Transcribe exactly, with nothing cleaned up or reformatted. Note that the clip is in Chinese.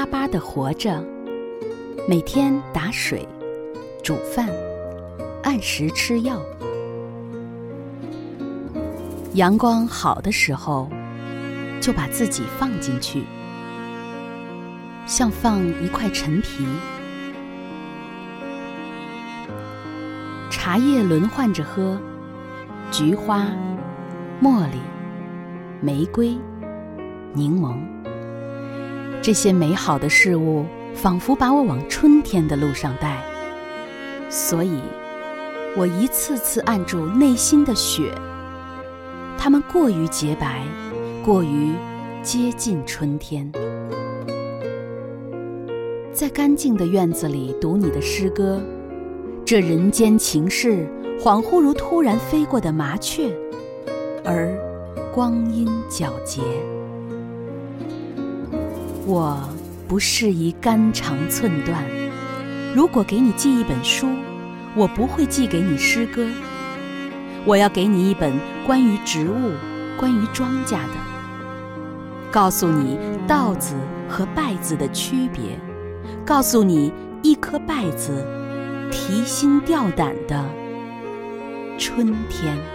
巴巴地活着，每天打水、煮饭，按时吃药。阳光好的时候，就把自己放进去，像放一块陈皮。茶叶轮换着喝，菊花、茉莉、玫瑰、柠檬，这些美好的事物仿佛把我往春天的路上带，所以我一次次按住内心的雪，它们过于洁白，过于接近春天。在干净的院子里读你的诗歌，这人间情事恍惚如突然飞过的麻雀，而光阴皎洁。我不适宜肝肠寸断，如果给你寄一本书，我不会寄给你诗歌。我要给你一本关于植物、关于庄稼的，告诉你稻子和稗子的区别，告诉你一颗稗子提心吊胆的春天。